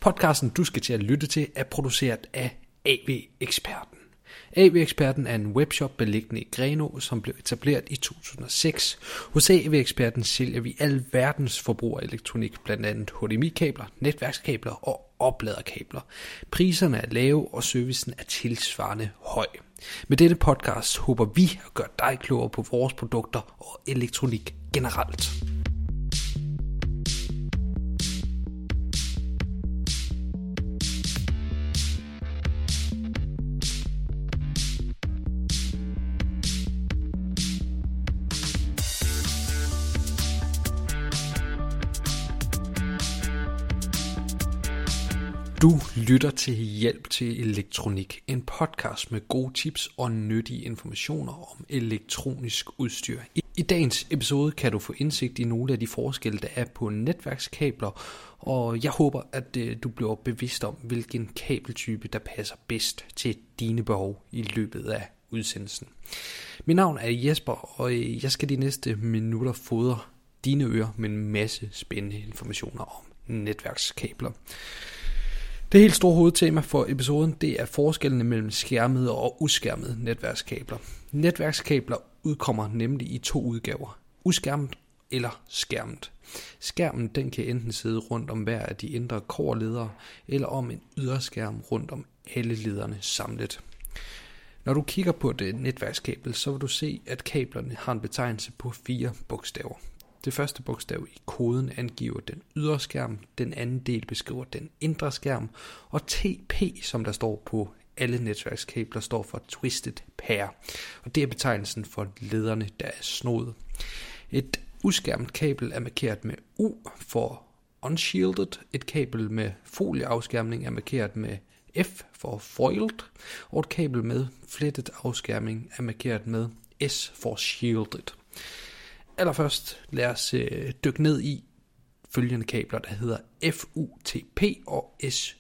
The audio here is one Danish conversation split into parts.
Podcasten, du skal til at lytte til, er produceret af AV-eksperten. AV-eksperten er en webshop beliggende i Grenaa, som blev etableret i 2006. Hos AV-eksperten sælger vi al verdens forbrugerelektronik, blandt andet HDMI-kabler, netværkskabler og opladerkabler. Priserne er lave, og servicen er tilsvarende høj. Med dette podcast håber vi at gøre dig klogere på vores produkter og elektronik generelt. Du lytter til Hjælp til Elektronik, en podcast med gode tips og nyttige informationer om elektronisk udstyr. I dagens episode kan du få indsigt i nogle af de forskelle, der er på netværkskabler, og jeg håber, at du bliver bevidst om, hvilken kabeltype, der passer bedst til dine behov i løbet af udsendelsen. Mit navn er Jesper, og jeg skal de næste minutter fodre dine ører med en masse spændende informationer om netværkskabler. Det helt store hovedtema for episoden, det er forskellene mellem skærmede og uskærmede netværkskabler. Netværkskabler udkommer nemlig i to udgaver, uskærmet eller skærmet. Skærmen den kan enten sidde rundt om hver af de indre kobberledere, eller om en yderskærm rundt om alle lederne samlet. Når du kigger på et netværkskabel, så vil du se, at kablerne har en betegnelse på 4 bogstaver. Det første bogstav i koden angiver den ydre skærm, den anden del beskriver den indre skærm, og TP, som der står på alle netværkskabler, står for Twisted Pair, og det er betegnelsen for lederne, der er snoet. Et uskærmet kabel er markeret med U for Unshielded, et kabel med folieafskærmning er markeret med F for Foiled, og et kabel med flettet afskærmning er markeret med S for Shielded. Allerførst lad os dykke ned i følgende kabler, der hedder FUTP og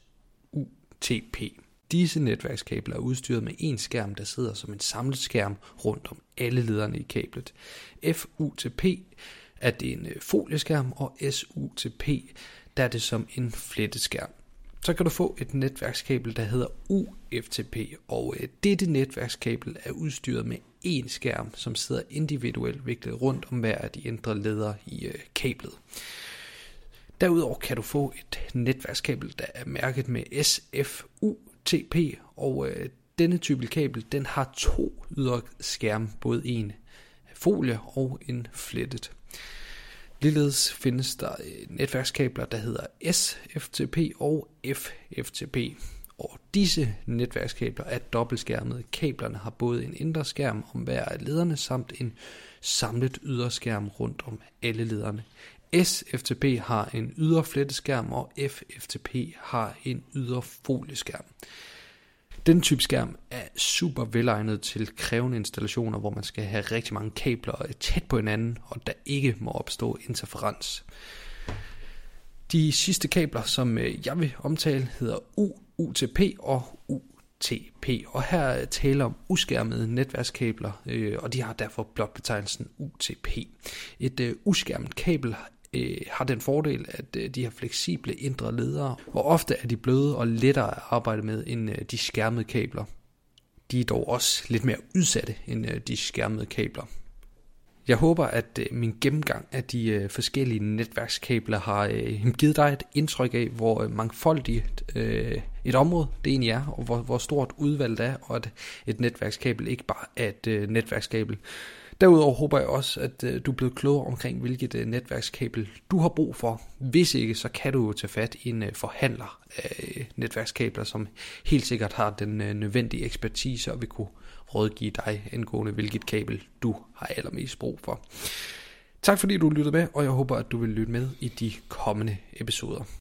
SUTP. Disse netværkskabler er udstyret med en skærm, der sidder som en samlet skærm rundt om alle lederne i kablet. FUTP er det en folieskærm, og SUTP der er det som en flettet skærm. Så kan du få et netværkskabel, der hedder UFTP, og dette netværkskabel er udstyret med en skærm, som sidder individuelt viklet rundt om hver af de indre ledere i kablet. Derudover kan du få et netværkskabel, der er mærket med SFUTP, og denne type kabel den har 2 ydre skærme, både en folie og en flettet. Ligeledes findes der netværkskabler, der hedder SFTP og FFTP. Og disse netværkskabler er dobbeltskærmede. Kablerne har både en indre skærm om hver af lederne, samt en samlet yderskærm rundt om alle lederne. SFTP har en ydre fletteskærm, og FFTP har en ydre folieskærm. Den type skærm er super velegnet til krævende installationer, hvor man skal have rigtig mange kabler tæt på hinanden, og der ikke må opstå interferens. De sidste kabler, som jeg vil omtale, hedder UTP og UTP, og her er tale om uskærmede netværkskabler, og de har derfor blot betegnelsen UTP. Et uskærmet kabel har den fordel, at de har fleksible indre ledere, og ofte er de bløde og lettere at arbejde med end de skærmede kabler. De er dog også lidt mere udsatte end de skærmede kabler. Jeg håber, at min gennemgang af de forskellige netværkskabler har givet dig et indtryk af, hvor mangfoldigt et område det egentlig er, og hvor stort udvalg det er, og at et netværkskabel ikke bare er et netværkskabel. Derudover håber jeg også, at du er blevet klogere omkring, hvilket netværkskabel du har brug for. Hvis ikke, så kan du tage fat i en forhandler af netværkskabler, som helt sikkert har den nødvendige ekspertise og vil kunne rådgive dig angående, hvilket kabel du har allermest brug for. Tak fordi du lyttede med, og jeg håber, at du vil lytte med i de kommende episoder.